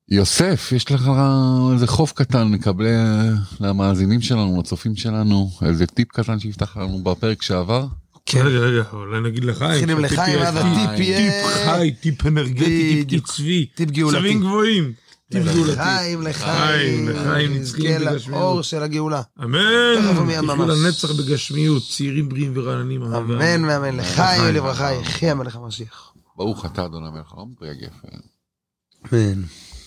יוסף, יש לך איזה חוף קטן נקבל למאזינים שלנו, לצופים שלנו, איזה טיפ קטן שיפתח לנו בפרק שעבר? רגע, אולי נגיד לחיים. מתחילים לחיים, אז הטיפ יהיה... טיפ חי, טיפ אנרגטי, טיפ קצבי. טיפ גאולתי. צבים גבוהים. טיפ גאולתי. לחיים, נזכה לאור של הגאולה. אמן. תחיל לנצח בגשמיות, צעירים בריאים ורעננים. אמן ואמן, לחיים ולברכה, יחי המלך המשיח. ברוך אתה אדוני המלך העולם ויגף. אמן.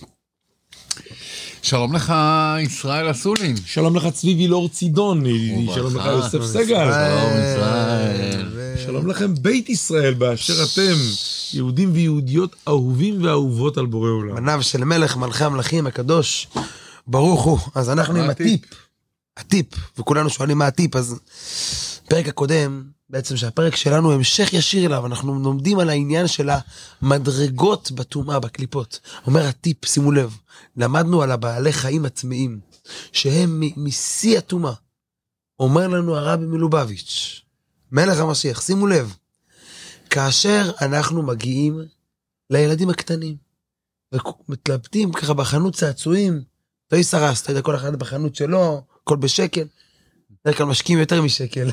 שלום לך ישראל אסולין. שלום לך צבי וילור צידון. שלום לך יוסף סגל. שלום ישראל. שלום לכם בית ישראל באשר אתם, יהודים ויהודיות אהובים ואהובות על בורא עולם. בניו של מלך מלכי המלכים הקדוש, ברוך הוא. אז אנחנו עם הטיפ, וכולנו שואלים מה הטיפ. אז פרק הקודם, בעצם שהפרק שלנו המשך ישיר אליו, אנחנו לומדים על העניין של המדרגות בטומאה, בקליפות. אומר הטיפ, שימו לב, למדנו על הבעלי חיים עצמיים, שהם משיא הטומאה. אומר לנו הרבי מלובביץ', מלך המשיח, שימו לב, כאשר אנחנו מגיעים לילדים הקטנים, ומתלבטים ככה בחנות צעצועים, תוי סרס, אתה יודע, כל אחד בחנות שלו, כל בשקל, דרך כלל משקיעים יותר משקל,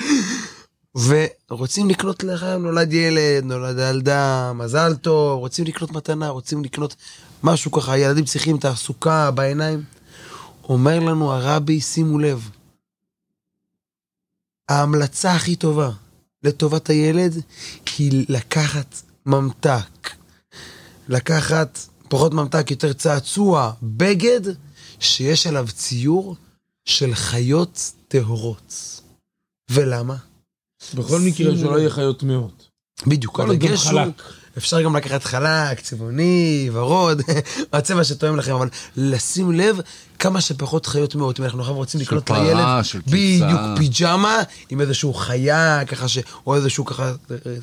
ורוצים לקנות לך, נולד ילד, נולד ילדה, מזל טוב, רוצים לקנות מתנה, רוצים לקנות משהו ככה, ילדים צריכים תעסוקה בעיניים. אומר לנו הרבי, שימו לב, ההמלצה הכי טובה לטובת הילד היא לקחת ממתק. לקחת פחות ממתק, יותר צעצוע, בגד שיש עליו ציור של חיות טהורות. ולמה? בכל מקרה שלא יהיה חיות טמאות. בדיוק, הדגש הוא, אפשר גם לקחת חלק, צבעוני, ורוד, הצבע שתואם לכם, אבל לשים לב כמה שפחות חיות טמאות. אם אנחנו רוצים לקנות לילד, בדיוק, פיג'מה, עם איזשהו חיה, ככה או איזשהו ככה,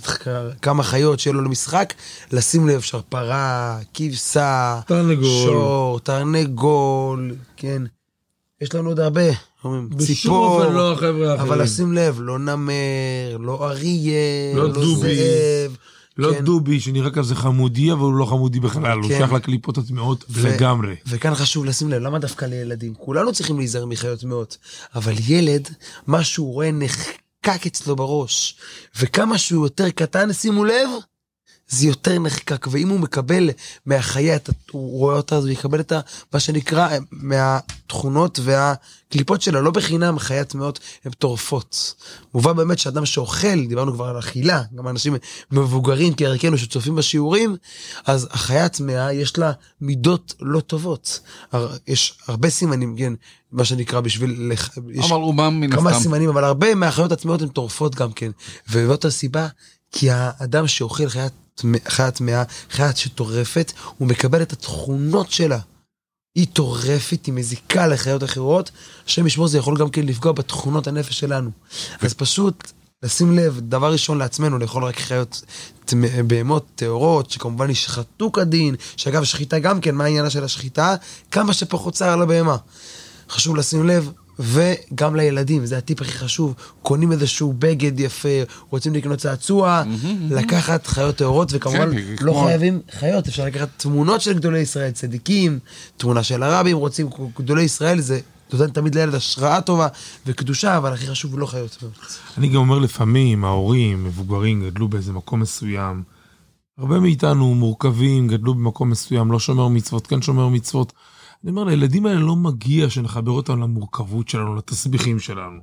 כמה חיות שיהיה לו למשחק, לשים לב, שרפרה, כבשה, שור, תרנגול, כן. יש לנו עוד הרבה, ציפור, אבל לשים לב, לא נמר, לא אריה, לא זאב, לא דובי, שנראה כזה חמודי, אבל הוא לא חמודי בכלל, הוא שייך לקליפות הטמאות לגמרי. וכאן חשוב לשים לב, למה דווקא לילדים? כולנו צריכים להיזהר מחיות טמאות, אבל ילד, מה שהוא רואה נחקק אצלו בראש, וכמה שהוא יותר קטן, שימו לב, זה יותר נחקק, ואם הוא מקבל מהחיה, הוא רואה אותה, אז הוא יקבל את מה שנקרא, מהתכונות והקליפות שלה, לא בחינם, חיית טמאות הן טורפות. מובן באמת שאדם שאוכל, דיברנו כבר על אכילה, גם אנשים מבוגרים כערכנו שצופים בשיעורים, אז החיית טמאה יש לה מידות לא טובות. יש הרבה סימנים, כן, מה שנקרא בשביל, יש כמה סימנים, אבל הרבה מהחיות הטמאות הן טורפות גם כן. ובאותה הסיבה, כי האדם שאוכל חיית טמאה, חיית שטורפת, הוא מקבל את התכונות שלה. היא טורפת, היא מזיקה לחיות אחרות, השם ישמור, זה יכול גם כן לפגוע בתכונות הנפש שלנו. אז פשוט לשים לב, דבר ראשון לעצמנו, לאכול רק חיות בהמות טהורות, שכמובן ישחטו כדין, שאגב שחיטה גם כן, מה העניינה של השחיטה? כמה שפחות צער על הבהמה. חשוב לשים לב, וגם לילדים, זה הטיפ הכי חשוב, קונים איזשהו בגד יפה, רוצים לקנות צעצוע, לקחת חיות טהורות, וכמובן לא חייבים חיות, אפשר לקחת תמונות של גדולי ישראל, צדיקים, תמונה של הרבים, רוצים גדולי ישראל, זה נותן תמיד לילד השראה טובה וקדושה, אבל הכי חשוב לא חיות. אני גם אומר לפעמים, ההורים, מבוגרים, גדלו באיזה מקום מסוים, הרבה מאיתנו מורכבים, גדלו במקום מסוים, לא שומר מצוות, כן שומר מצוות, אני אומר, לילדים האלה לא מגיע שנחבר אותם למורכבות שלנו, לתסביכים שלנו.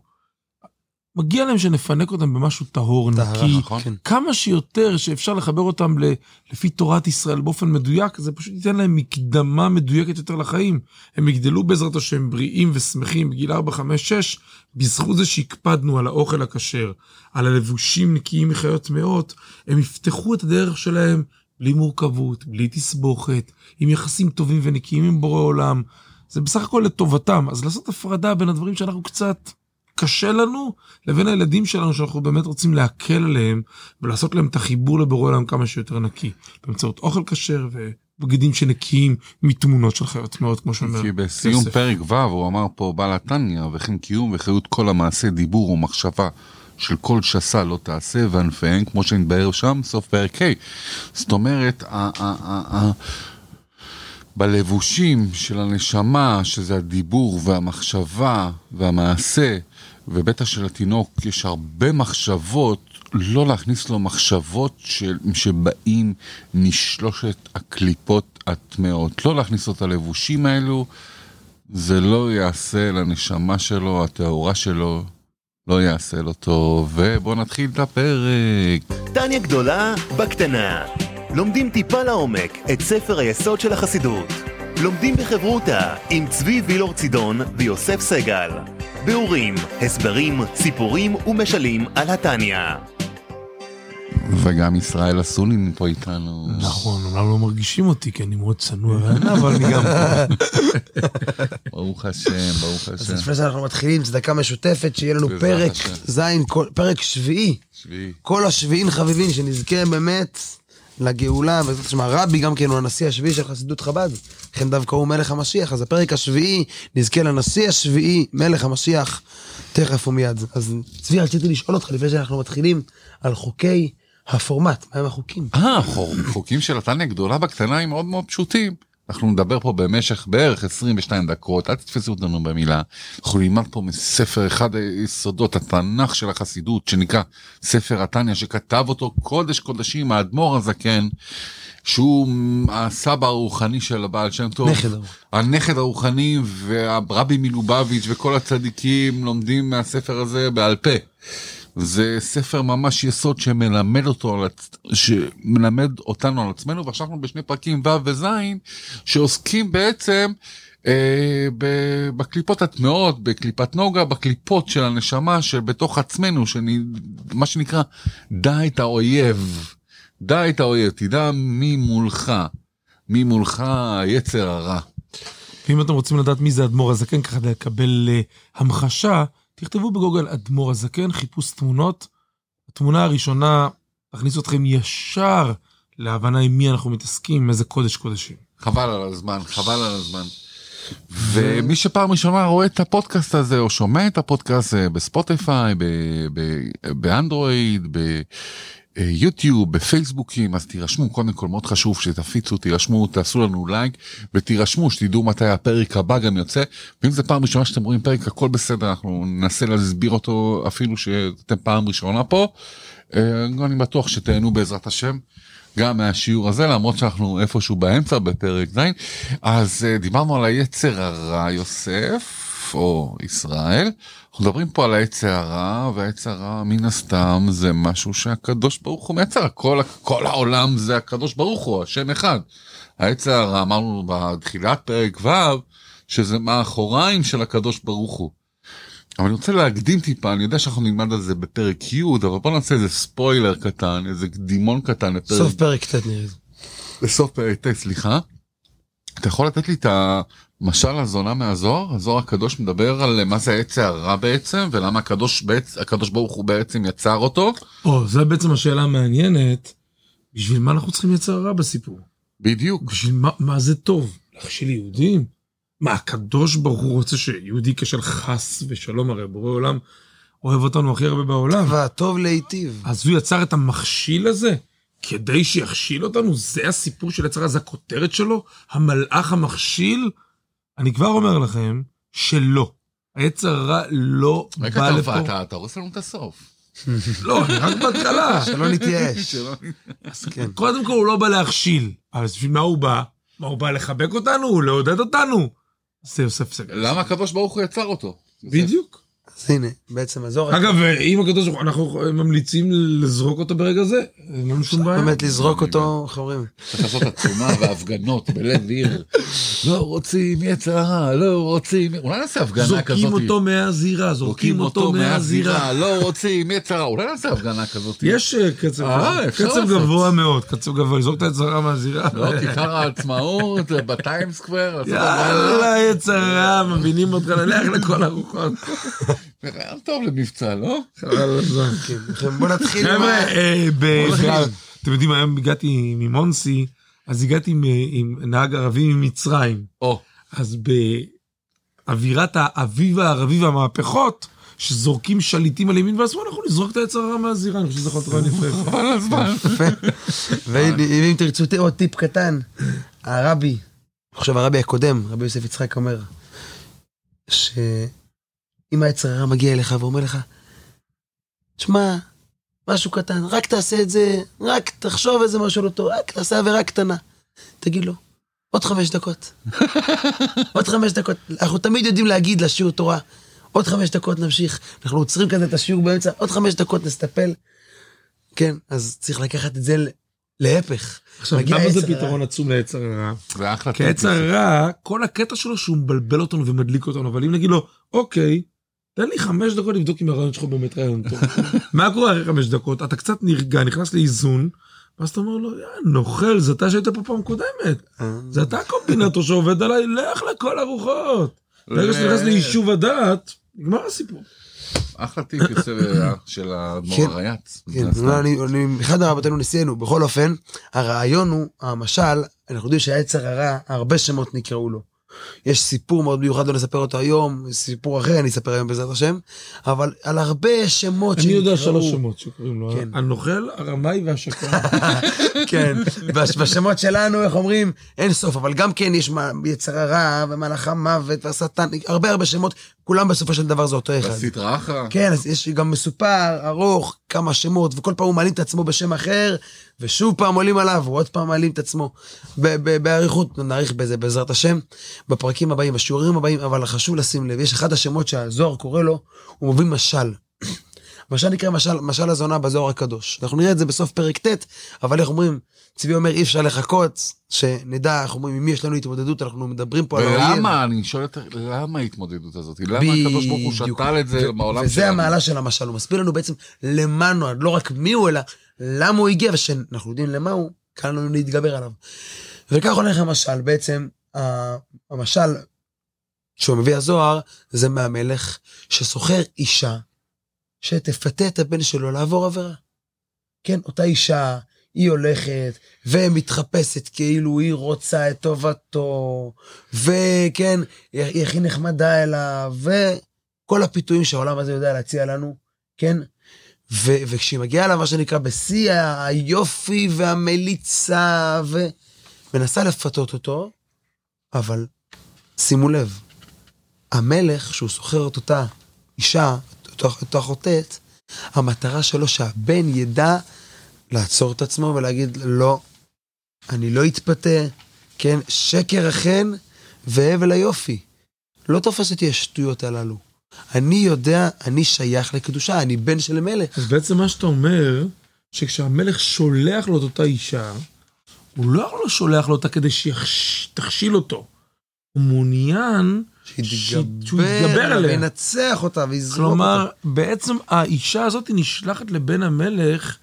מגיע להם שנפנק אותם במשהו טהור, נקי. כמה שיותר שאפשר לחבר אותם לפי תורת ישראל באופן מדויק, זה פשוט ייתן להם מקדמה מדויקת יותר לחיים. הם יגדלו בעזרת השם בריאים ושמחים בגיל 4, 5, 6, בזכות זה שהקפדנו על האוכל הכשר, על הלבושים נקיים מחיות טמאות, הם יפתחו את הדרך שלהם, בלי מורכבות, בלי תסבוכת, עם יחסים טובים ונקיים עם בורא עולם. זה בסך הכל לטובתם. אז לעשות הפרדה בין הדברים שאנחנו קצת קשה לנו, לבין הילדים שלנו שאנחנו באמת רוצים להקל עליהם, ולעשות להם את החיבור לבורא עולם כמה שיותר נקי. באמצעות אוכל כשר ובגדים שנקיים מתמונות של חיות טמאות, כמו שאומר. כי בסיום פרק ו' הוא אמר פה בעל התניא, וכן קיום וחיות כל המעשה דיבור ומחשבה, של כל שסה לא תעשה וענפיהם, כמו שנתבהר שם, סוף פרק ה'. זאת אומרת, בלבושים של הנשמה, שזה הדיבור והמחשבה והמעשה, ובטח של התינוק יש הרבה מחשבות, לא להכניס לו מחשבות שבאים משלושת הקליפות הטמעות. לא להכניס לו את הלבושים האלו, זה לא יעשה לנשמה שלו, התאורה שלו, לא יעשה לו טוב. ובואו נתחיל את הפרק. טניה גדולה בקטנה. לומדים טיפה לעומק את ספר היסוד של החסידות. לומדים בחברותה עם צבי וילור צידון ויוסף סגל. ביאורים, הסברים, סיפורים ומשלים על הטניה. וגם ישראל הסונים פה איתנו. נכון, אומנם לא מרגישים אותי, כי אני מאוד צנוע וענה, אבל אני גם פה. ברוך השם, ברוך אז השם. לפני שאנחנו מתחילים, צדקה משותפת, שיהיה לנו פרק זין, פרק שביעי. כל השביעין חביבין, שנזכה באמת לגאולה, וזאת שמה, רבי גם כן הוא הנשיא השביעי של חסידות חב"ד, לכן דווקא הוא מלך המשיח, אז הפרק השביעי נזכה לנשיא השביעי, מלך המשיח, תכף ומיד. אז צבי, רציתי לשאול אותך לפני שאנחנו מתחילים על חוקי הפורמט, מה הם החוקים? חוקים של הטניה גדולה בקטנה הם מאוד מאוד פשוטים. אנחנו נדבר פה במשך בערך 22 דקות, אל תתפסו אותנו במילה. אנחנו נלמד פה מספר אחד היסודות, התנ"ך של החסידות, שנקרא ספר הטניה, שכתב אותו קודש קודשים, האדמו"ר הזקן, שהוא הסבא הרוחני של הבעל שם טוב. הנכד הרוחני, והרבי מלובביץ' וכל הצדיקים לומדים מהספר הזה בעל פה. זה ספר ממש יסוד שמלמד אותנו על עצמנו, ועכשיו אנחנו בשני פרקים ו' וז' שעוסקים בעצם בקליפות הטמעות, בקליפת נוגה, בקליפות של הנשמה שבתוך עצמנו, מה שנקרא דע את האויב, דע את האויב, תדע מי מולך היצר הרע. ואם אתם רוצים לדעת מי זה אדמו"ר הזקן, ככה לקבל המחשה, תכתבו בגוגל אדמו"ר הזקן, חיפוש תמונות. התמונה הראשונה תכניס אתכם ישר להבנה עם מי אנחנו מתעסקים, איזה קודש קודשים. חבל על הזמן. ומי שפעם ראשונה רואה את הפודקאסט הזה, או שומע את הפודקאסט בספוטיפיי, באנדרואיד, ביוטיוב, בפייסבוקים, אז תירשמו, קודם כל מאוד חשוב שתפיצו, תירשמו, תעשו לנו לייק, ותירשמו שתדעו מתי הפרק הבא גם יוצא, ואם זה פעם ראשונה שאתם רואים פרק, הכל בסדר, אנחנו ננסה להסביר אותו אפילו שאתם פעם ראשונה פה, אני בטוח שתהנו בעזרת השם, גם מהשיעור הזה, למרות שאנחנו איפשהו באמצע בפרק זין. אז דיברנו על היצר הרע, יוסף, או ישראל. אנחנו מדברים פה על היצר הרע, והיצר הרע מן הסתם זה משהו שהקדוש ברוך הוא מייצר. כל העולם זה הקדוש ברוך הוא, השם אחד. היצר הרע, אמרנו בתחילת פרק ו', שזה מאחוריים של הקדוש ברוך הוא. אבל אני רוצה להקדים טיפה, אני יודע שאנחנו נלמד על זה בפרק י', אבל בוא נעשה איזה ספוילר קטן, איזה קדימון קטן. סוף פרק ט' נראה. בסוף פרק ט', סליחה. אתה יכול לתת לי את המשל הזונה מהזוהר? הזוהר הקדוש מדבר על מה זה היצר הרע בעצם, ולמה הקדוש ברוך הוא בעצם יצר אותו. זה בעצם השאלה המעניינת, בשביל מה אנחנו צריכים יצר הרע בסיפור? בדיוק. בשביל מה זה טוב? להכשיל יהודים? מה, הקדוש ברוך הוא רוצה שיהודי כשל חס ושלום, הרי בורא עולם אוהב אותנו הכי הרבה בעולם. והטוב להיטיב. אז הוא יצר את המכשיל הזה, כדי שיכשיל אותנו, זה הסיפור של יצר, זה הכותרת שלו, המלאך המכשיל. אני כבר אומר לכם שלא. היצר הרע לא בא לפה. אתה רואה לנו את הסוף. לא, אני רק בהתחלה. שלא נתייאש. אז כן. קודם כל הוא לא בא להכשיל. אבל בשביל מה הוא בא? מה הוא בא לחבק אותנו? לעודד אותנו? זה יוסף סגל. למה הקדוש ברוך הוא יצר אותו? בדיוק. אז הנה, בעצם הזוהר. אגב, אם הקדוש ברוך הוא, אנחנו ממליצים לזרוק אותו ברגע זה, אין לנו שום בעיה. באמת לזרוק אותו, איך אומרים? צריך לעשות עצומה והפגנות בלב עיר. לא רוצים יצר הרע, לא רוצים, אולי נעשה הפגנה כזאת. זורקים אותו מהזירה, זורקים אותו מהזירה. לא רוצים יצר הרע, אולי נעשה הפגנה כזאת. יש קצב גבוה מאוד, קצב גבוה, לזרוק את היצר הרע מהזירה. לא, כיכר העצמאות, בטיים סקוואר. יאללה, יצר הרע, מבינים אותך ללך לכל הרוחות. רעיון טוב למבצע, לא? בוא נתחיל. אתם יודעים, היום הגעתי ממונסי, אז הגעתי עם נהג ערבי ממצרים. אז באווירת האביב הערבי והמהפכות, שזורקים שליטים על ימין ועשו, אנחנו נזרוק את היצר הרע מהזירה, אני חושב שזה יכול להיות רעיון יפה. חבל הזמן. ואם תרצו עוד טיפ קטן, הרבי עכשיו הרבי הקודם, רבי יוסף יצחק אומר, שאם היצר הרע מגיע אליך ואומר לך, שמע, משהו קטן, רק תעשה את זה, רק תחשוב איזה משהו לא טוב, רק תעשה עבירה קטנה. תגיד לו, עוד 5 דקות. עוד 5 דקות. אנחנו תמיד יודעים להגיד לשיעור תורה, עוד 5 דקות נמשיך. אנחנו עוצרים כזה את השיעור באמצע, עוד 5 דקות נסתפל. כן, אז צריך לקחת את זה להפך. עכשיו, למה זה פתרון עצום ליצר הרע? זה אחלה. כי היצר הרע, כל הקטע שלו שהוא מבלבל אותנו ומדליק אותנו, אבל אם נגיד לו, אוקיי, תן לי 5 דקות לבדוק אם הרעיון שלך באמת רעיון טוב. מה קורה אחרי 5 דקות? אתה קצת נרגע, נכנס לאיזון, ואז אתה אומר לו, נוכל, זה אתה שהיית פה פעם קודמת. זה אתה הקומבינטור שעובד עליי, לך לכל הרוחות. ברגע שנכנס ליישוב הדעת, נגמר הסיפור. אחלה טיפ יוצא של האדמו"ר הריי"צ. כן, אחד הרבותינו נשיאנו, בכל אופן, הרעיון הוא, המשל, אנחנו יודעים שהיצר הרע, הרבה שמות נקראו לו. יש סיפור מאוד מיוחד, לא נספר אותו היום, סיפור אחר אני אספר היום בעזרת השם, אבל על הרבה שמות אני יודע 3 שמות שקוראים לו, הנוכל, הרמאי והשקרן. כן, בשמות שלנו, איך אומרים, אין סוף, אבל גם כן יש יצר הרע ומלאך המוות והשטן, הרבה שמות, כולם בסופו של דבר זה אותו אחד. בסדרה אחת. כן, אז יש גם מסופר, ארוך, כמה שמות, וכל פעם הוא מעלים את עצמו בשם אחר, ושוב פעם עולים עליו, ועוד פעם מעלים את עצמו. בעריכות נעריך בזה בעזרת השם, בפרקים הבאים, בשיעורים הבאים, אבל חשוב לשים לב, יש אחד השמות שהזוהר קורא לו, הוא מביא משל. משל נקרא משל הזונה בזוהר הקדוש. אנחנו נראה את זה בסוף פרק ט', אבל איך אומרים, צבי אומר, אי אפשר לחכות, שנדע, איך אומרים, עם מי יש לנו התמודדות, אנחנו מדברים פה על האויב. ולמה, אני שואל יותר, למה ההתמודדות הזאת? למה הקדוש ברוך הוא שתל את זה מהעולם שלנו? וזה המעלה של המשל, הוא מסביר לנו בעצם למה נועד, לא רק מי הוא, אלא למה הוא הגיע, ושאנחנו יודעים למה הוא, קל לנו להתגבר עליו. וכך הולך המשל, בעצם, המשל שהוא מביא הזוהר, זה מהמלך שסוחר אישה, שתפתה את הבן שלו לעבור עבירה. כן, אותה אישה, היא הולכת ומתחפשת כאילו היא רוצה את טובתו, וכן, היא הכי נחמדה אליו, וכל הפיתויים שהעולם הזה יודע להציע לנו, כן? וכשהיא מגיעה לה מה שנקרא בשיא היופי והמליצה, ומנסה לפתות אותו, אבל שימו לב, המלך שהוא סוחר את אותה אישה, אותה חוטאת, המטרה שלו שהבן ידע לעצור את עצמו ולהגיד, לא, אני לא אתפתה, כן, שקר אכן, והבל היופי. לא תופס אותי השטויות הללו. אני יודע, אני שייך לקדושה, אני בן של מלך. אז בעצם מה שאתה אומר, שכשהמלך שולח לו את אותה אישה, הוא לא שולח לו אותה כדי שתכשיל אותו. הוא מעוניין שיתגבר עליה. וינצח אותה ויזרוק אותה. כלומר, בעצם האישה הזאת נשלחת לבן המלך,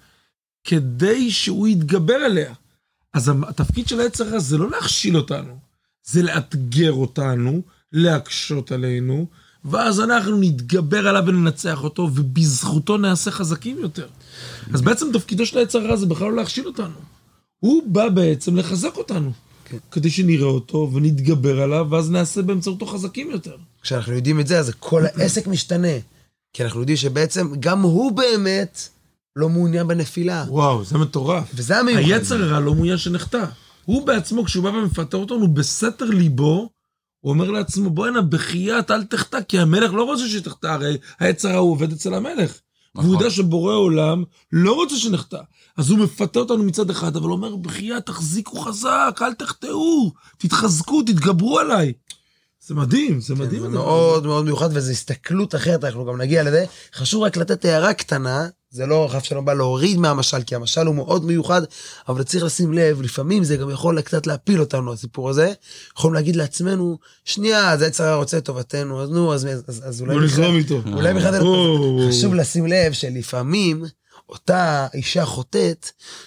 כדי שהוא יתגבר עליה. אז התפקיד של היצר הרע זה לא להכשיל אותנו, זה לאתגר אותנו, להקשות עלינו, ואז אנחנו נתגבר עליו וננצח אותו, ובזכותו נעשה חזקים יותר. אז בעצם תפקידו של היצר הרע זה בכלל לא להכשיל אותנו. הוא בא בעצם לחזק אותנו, כדי שנראה אותו ונתגבר עליו, ואז נעשה באמצעותו חזקים יותר. כשאנחנו יודעים את זה, אז כל העסק משתנה. כי אנחנו יודעים שבעצם גם הוא באמת לא מעוניין בנפילה. וואו, זה מטורף. וזה המיוחד. היצר הרע לא מעוניין שנחטא. הוא בעצמו, כשהוא בא ומפטר אותנו, בסתר ליבו, הוא אומר לעצמו, בוא הנה, בחייאת, אל תחטא, כי המלך לא רוצה שתחטא, הרי היצר הרע הוא עובד אצל המלך. והוא יודע שבורא עולם לא רוצה שנחטא. אז הוא מפתה אותנו מצד אחד, אבל הוא אומר, בחייאת, תחזיקו חזק, אל תחטאו, תתחזקו, תתגברו עליי. זה מדהים, זה מדהים. זה מאוד מאוד מיוחד, וזו הסתכלות אחרת, אנחנו גם נגיע לזה. חשוב רק לתת הערה קטנה, זה לא חף שלום בא להוריד מהמשל, כי המשל הוא מאוד מיוחד, אבל צריך לשים לב, לפעמים זה גם יכול קצת להפיל אותנו, הסיפור הזה. יכולים להגיד לעצמנו, שנייה, זה היצר הרע רוצה את טובתנו, אז נו, אז אולי... לא נזרום איתו. אולי בכלל חשוב לשים לב שלפעמים, אותה אישה חוטאת,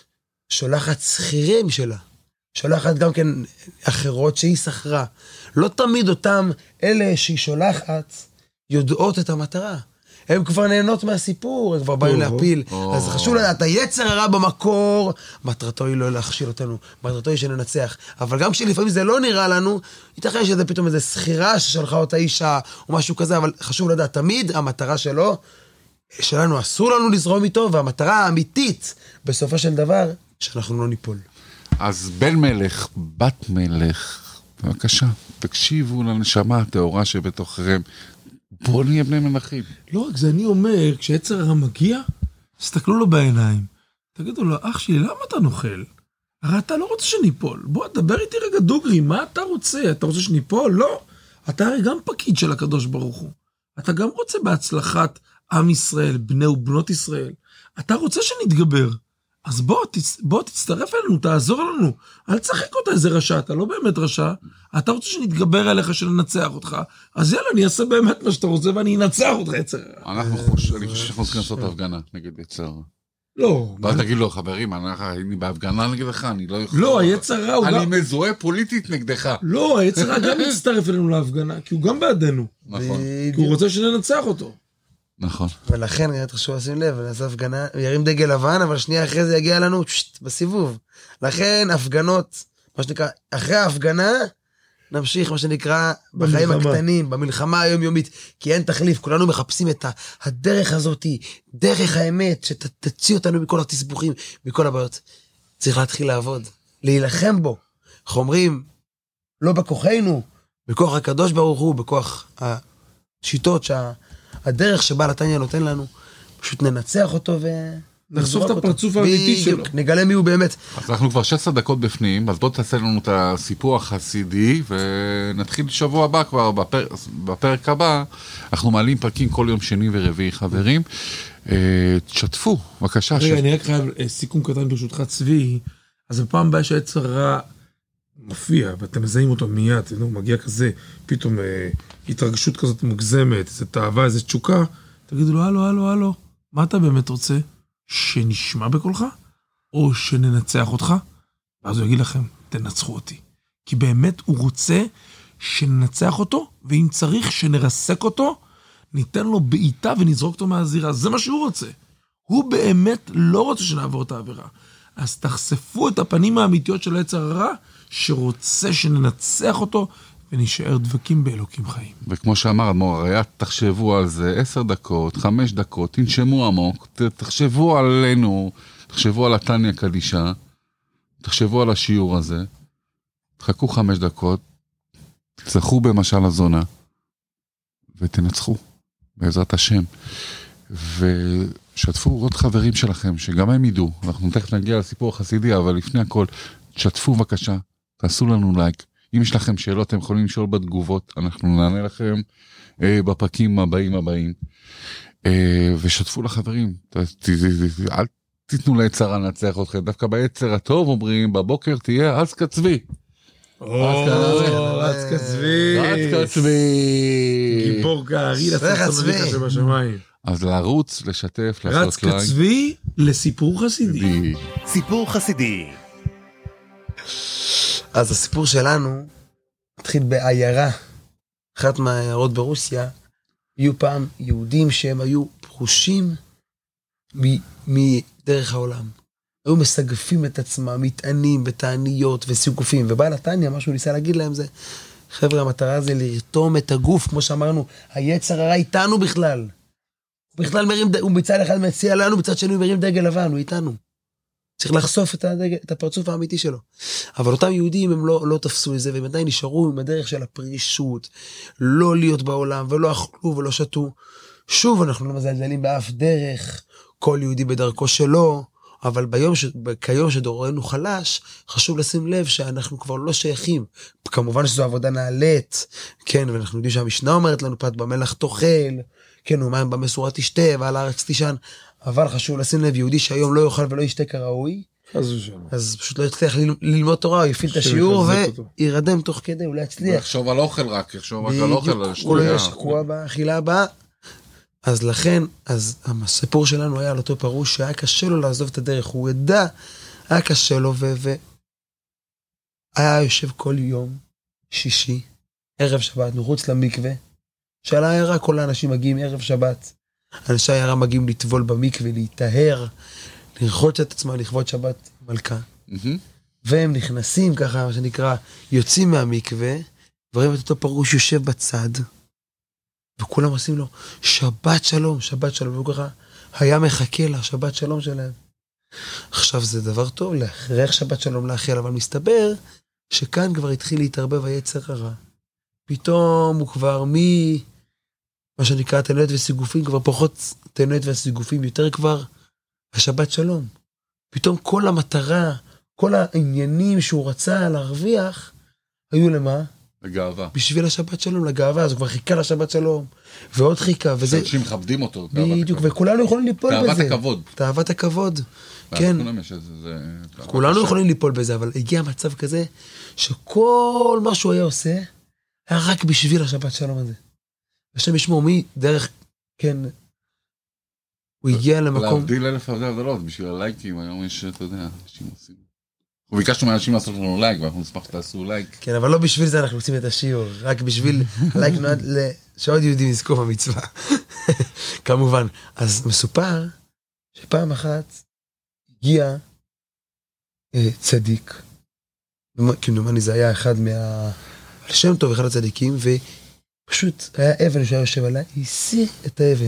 שולחת שכירים שלה, שולחת גם כן אחרות שהיא שכרה. לא תמיד אותם אלה שהיא שולחת יודעות את המטרה. הם כבר נהנות מהסיפור, הם כבר באים להפיל. אז חשוב לדעת, היצר הרע במקור, מטרתו היא לא להכשיל אותנו, מטרתו היא שננצח. אבל גם כשלפעמים זה לא נראה לנו, ייתכן שזה פתאום איזו שכירה ששלחה אותה אישה, או משהו כזה, אבל חשוב לדעת, תמיד המטרה שלנו אסור לנו לזרום איתו, והמטרה האמיתית, בסופו של דבר, שאנחנו לא ניפול. אז בן מלך, בת מלך, בבקשה, תקשיבו לנשמה הטהורה שבתוככם. בואו נהיה בני מלכים. לא רק זה, אני אומר, כשיצר הרע מגיע, תסתכלו לו בעיניים. תגידו לו, אח שלי, למה אתה נוכל? הרי אתה לא רוצה שניפול. בוא, דבר איתי רגע דוגרי, מה אתה רוצה? אתה רוצה שניפול? לא. אתה הרי גם פקיד של הקדוש ברוך הוא. אתה גם רוצה בהצלחת עם ישראל, בני ובנות ישראל. אתה רוצה שנתגבר. אז בוא תצטרף אלינו, תעזור לנו. אל תשחק אותה איזה רשע, אתה לא באמת רשע. אתה רוצה שנתגבר עליך, שננצח אותך. אז יאללה, אני אעשה באמת מה שאתה רוצה, ואני אנצח אותך יצר. אני חושב שאנחנו צריכים לעשות הפגנה נגד יצר. לא. ואז תגיד לו, חברים, אני בהפגנה נגדך, אני לא יכול... לא, היצר רע הוא גם... אני מזוהה פוליטית נגדך. לא, היצר רע גם מצטרף אלינו להפגנה, כי הוא גם בעדנו. נכון. כי הוא רוצה שננצח אותו. נכון. ולכן היה חשוב לשים לב, נעשה הפגנה, ירים דגל לבן, אבל שנייה אחרי זה יגיע לנו בסיבוב. לכן הפגנות, מה שנקרא, אחרי ההפגנה, נמשיך מה שנקרא בחיים הקטנים, במלחמה היומיומית, כי אין תחליף, כולנו מחפשים את הדרך הזאת, דרך האמת, שתציע אותנו מכל התסבוכים, מכל הבעיות. צריך להתחיל לעבוד, להילחם בו. איך אומרים, לא בכוחנו, בכוח הקדוש ברוך הוא, בכוח השיטות הדרך שבה נתניה נותן לנו, פשוט ננצח אותו נחשוף את הפרצוף האמיתי שלו. נגלה מי הוא באמת. אז אנחנו כבר 16 דקות בפנים, אז בוא תעשה לנו את הסיפור החסידי, ונתחיל שבוע הבא כבר, בפרק הבא, אנחנו מעלים פרקים כל יום שני ורביעי, חברים. תשתפו, בבקשה. רגע, אני רק חייב סיכום קטן ברשותך צבי, אז בפעם הבאה שהיצר רע מופיע, ואתם מזהים אותו מיד, הוא מגיע כזה, פתאום התרגשות כזאת מוגזמת, איזו תאווה, איזו תשוקה, תגידו לו, הלו, מה אתה באמת רוצה? שנשמע בקולך? או שננצח אותך? ואז הוא יגיד לכם, תנצחו אותי. כי באמת הוא רוצה שננצח אותו, ואם צריך שנרסק אותו, ניתן לו בעיטה ונזרוק אותו מהזירה. זה מה שהוא רוצה. הוא באמת לא רוצה שנעבור את העבירה. אז תחשפו את הפנים האמיתיות של היצר הרע, שרוצה שננצח אותו, ונשאר דבקים באלוקים חיים. וכמו שאמר אדמו"ר הראי"ה, תחשבו על זה 10 דקות, 5 דקות, תנשמו עמוק, תחשבו עלינו, תחשבו על התניא קדישא, תחשבו על השיעור הזה, תחכו 5 דקות, תצלחו במשל הזונה, ותנצחו, בעזרת השם. ושתפו עוד חברים שלכם, שגם הם ידעו, אנחנו תכף נגיע לסיפור החסידי, אבל לפני הכל, תשתפו בבקשה, תעשו לנו לייק, אם יש לכם שאלות, אתם יכולים לשאול בתגובות, אנחנו נענה לכם בפרקים הבאים, ושתפו לחברים, אל תיתנו ליצר לנצח אתכם, דווקא ביצר הטוב אומרים, בבוקר תהיה אז כצבי. אז כצבי. גיבור קערי, לצאת שבשמיים. אז לערוץ, לשתף, לעשות לייק. רץ כצבי לסיפור חסידי. סיפור חסידי. אז הסיפור שלנו מתחיל בעיירה, אחת מהעיירות ברוסיה, היו פעם יהודים שהם היו פרושים מדרך העולם. היו מסגפים את עצמם, מטענים בתעניות וסיגופים, ובעל התניא, מה שהוא ניסה להגיד להם זה, חבר'ה, המטרה זה לרתום את הגוף, כמו שאמרנו, היצר הרע איתנו בכלל. הוא בכלל מרים, הוא בצד אחד מציע לנו, בצד שני הוא מרים דגל לבן, הוא איתנו. צריך לחשוף את הפרצוף האמיתי שלו. אבל אותם יהודים הם לא תפסו את זה, והם עדיין נשארו עם הדרך של הפרישות, לא להיות בעולם, ולא אכלו ולא שתו. שוב, אנחנו לא מזלזלים באף דרך, כל יהודי בדרכו שלו, אבל כיום שדורנו חלש, חשוב לשים לב שאנחנו כבר לא שייכים. כמובן שזו עבודה נעלית, כן, ואנחנו יודעים שהמשנה אומרת לנו, פת במלח תאכל, כן, ומים במסורה תשתה, ועל הארץ תישן, אבל חשוב לשים לב, יהודי שהיום לא יאכל ולא ישתה כראוי, אז פשוט לא יצליח ללמוד תורה, הוא יפיל את השיעור וירדם תוך כדי, הוא לא יצליח. יחשוב על אוכל רק, יחשוב רק על אוכל, הוא לא יהיה שקוע באכילה הבאה. אז לכן, אז הסיפור שלנו היה על אותו פרוש שהיה קשה לו לעזוב את הדרך, הוא ידע, היה קשה לו, היה יושב כל יום שישי, ערב שבת, מחוץ למקווה, שעל העיירה כל האנשים מגיעים ערב שבת, אנשי העיירה מגיעים לטבול במקווה, להיטהר, לרחוץ את עצמם, לכבוד שבת מלכה, והם נכנסים ככה, מה שנקרא, יוצאים מהמקווה, ורואים את אותו פרוש יושב בצד, וכולם עושים לו, שבת שלום, שבת שלום, והוא ככה היה מחכה לה, שבת שלום שלהם. עכשיו זה דבר טוב, להכרח שבת שלום לאחל, אבל מסתבר שכאן כבר התחיל להתערבב היצר הרע. פתאום הוא כבר מה שנקרא תעניות וסיגופים, כבר פחות תעניות וסיגופים, יותר כבר השבת שלום. פתאום כל המטרה, כל העניינים שהוא רצה להרוויח, היו למה? לגאווה. בשביל השבת שלום, לגאווה, אז הוא כבר חיכה לשבת שלום, ועוד חיכה, וזה... שאנשים מכבדים אותו. בדיוק, וכולנו יכולים ליפול בזה. תאוות הכבוד. תאוות הכבוד, כן. כולנו יכולים ליפול בזה, אבל הגיע מצב כזה, שכל מה שהוא היה עושה, היה רק בשביל השבת שלום הזה. השם ישמור דרך, כן, הוא הגיע למקום... להבדיל אלף הבדלות, בשביל הלייקים, היום יש, אתה יודע, אנשים עושים. וביקשנו מאנשים לעשות לנו לייק, ואנחנו נשמח שתעשו לייק. כן, אבל לא בשביל זה אנחנו עושים את השיעור, רק בשביל לייק נועד שעוד יהודים יזכו במצווה. כמובן. אז מסופר שפעם אחת הגיע צדיק, כמדומני זה היה אחד שם טוב, אחד הצדיקים, ופשוט היה אבן שהיה יושב עליה, הסיר את האבן.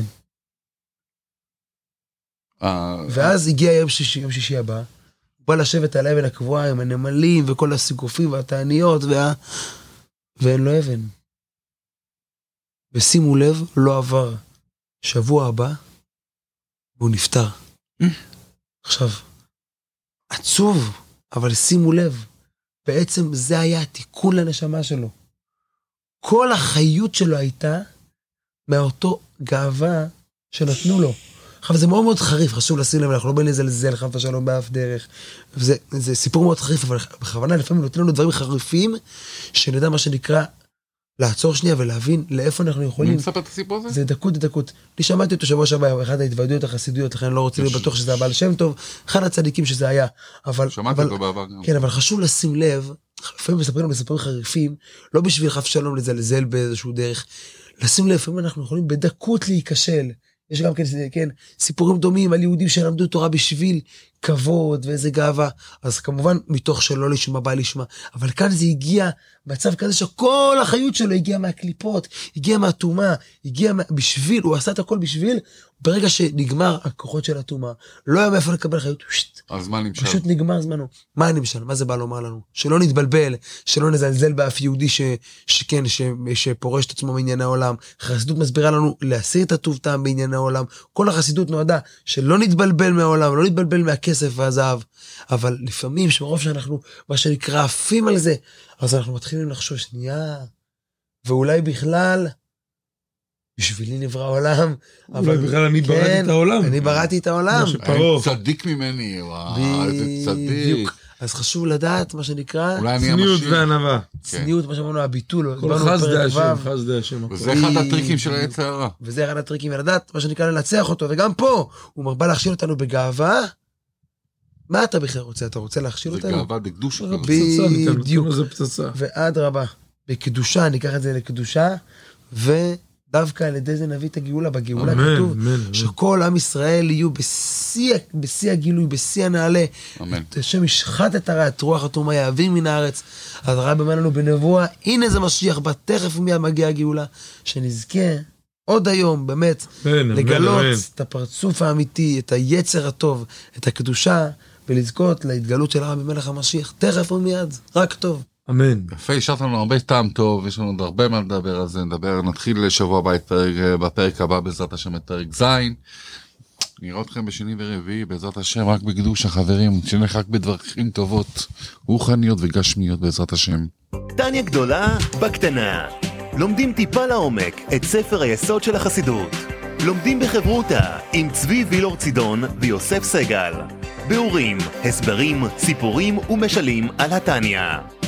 ואז הגיע יום שישי הבא, הוא בא לשבת על האבן הקבועה עם הנמלים וכל הסיגופים והתעניות ואין לו אבן. ושימו לב, לא עבר שבוע הבא, והוא נפטר. עכשיו, עצוב, אבל שימו לב, בעצם זה היה התיקון לנשמה שלו. כל החיות שלו הייתה מאותו גאווה שנתנו לו. עכשיו זה מאוד מאוד חריף, חשוב לשים לב, אנחנו לא בין לזלזל חס ושלום באף דרך. זה סיפור מאוד חריף, אבל בכוונה לפעמים נותנים לנו דברים חריפים, שנדע מה שנקרא לעצור שנייה ולהבין לאיפה אנחנו יכולים. מי מספר את הסיפור הזה? זה דקות. אני שמעתי אותו שבוע שעבר, אחד ההתוועדויות החסידויות, לכן אני לא רוצה להיות בטוח שזה הבעל שם טוב, אחד הצדיקים שזה היה. שמעתי אותו בעבר גם. כן, אבל חשוב לשים לב, לפעמים מספרים לנו סיפורים חריפים, לא בשביל חס ושלום לזלזל באיזשהו דרך, לשים לב, לפעמים אנחנו יכולים בדקות להיכשל. יש גם כן סיפורים דומים על יהודים שלמדו תורה בשביל כבוד ואיזה גאווה, אז כמובן מתוך שלא לשמה בא לשמה, אבל כאן זה הגיע מצב כזה שכל החיות שלו הגיע מהקליפות, הגיע מהתומה, בשביל, הוא עשה את הכל בשביל, ברגע שנגמר הכוחות של התומה, לא היה מאיפה לקבל חיות, אז מה נמשל? פשוט נגמר זמנו. מה נמשל? מה זה בא לומר לנו? שלא נתבלבל, שלא נזלזל באף יהודי שפורש את עצמו בעניין העולם. החסידות מסבירה לנו להסיר את הטוב טעם בעניין העולם. כל החסידות נועדה שלא נתבלבל מהעולם, לא נתבלבל מהכסף והזהב. אבל לפעמים שמרוב שאנחנו, מה שנקרא, עפים על זה, אז אנחנו מתחילים לחשוב שנייה, ואולי בכלל, בשבילי נברא העולם. אולי בכלל אני בראתי את העולם. אני בראתי את העולם. צדיק ממני, איזה צדיק. אז חשוב לדעת מה שנקרא צניעות וענווה. צניעות, מה שאמרנו, הביטול. כל חסדי השם, חסדי השם. וזה אחד הטריקים של היצר הרע. וזה אחד הטריקים, ולדעת מה שנקרא לנצח אותו, וגם פה הוא מרבה להכשיל אותנו בגאווה. מה אתה בכלל רוצה? אתה רוצה להכשיל אותנו? זה גאווה בקדושה. בדיוק. ועד רבה. בקדושה, ניקח את זה לקדושה, ודווקא על ידי זה נביא את הגאולה. בגאולה כתוב שכל עם ישראל יהיו בשיא הגילוי, בשיא הנעלה. אמן. השם ישחט את הרע, את רוח התומה יעביר מן הארץ. אז הרב אומר לנו בנבואה, הנה זה משיח, בתכף ומיד מגיע הגאולה. שנזכה עוד היום, באמת, לגלות את הפרצוף האמיתי, את היצר הטוב, את הקדושה, ולזכות להתגלות של הרבי מלך המשיח. תכף ומיד, רק טוב. אמן. יפה, השארת לנו הרבה טעם טוב, יש לנו עוד הרבה מה לדבר על זה, נתחיל לשבוע הבא בפרק הבא בעזרת השם את פרק ז', נראה אתכם בשני ורביעי בעזרת השם רק בקדושה חברים, שנלך רק בדרכים טובות, רוחניות וגשמיות בעזרת השם. טניה גדולה בקטנה. לומדים טיפה לעומק את ספר היסוד של החסידות. לומדים בחברותה עם צבי וילור צידון ויוסף סגל. ביאורים, הסברים, סיפורים ומשלים על הטניה.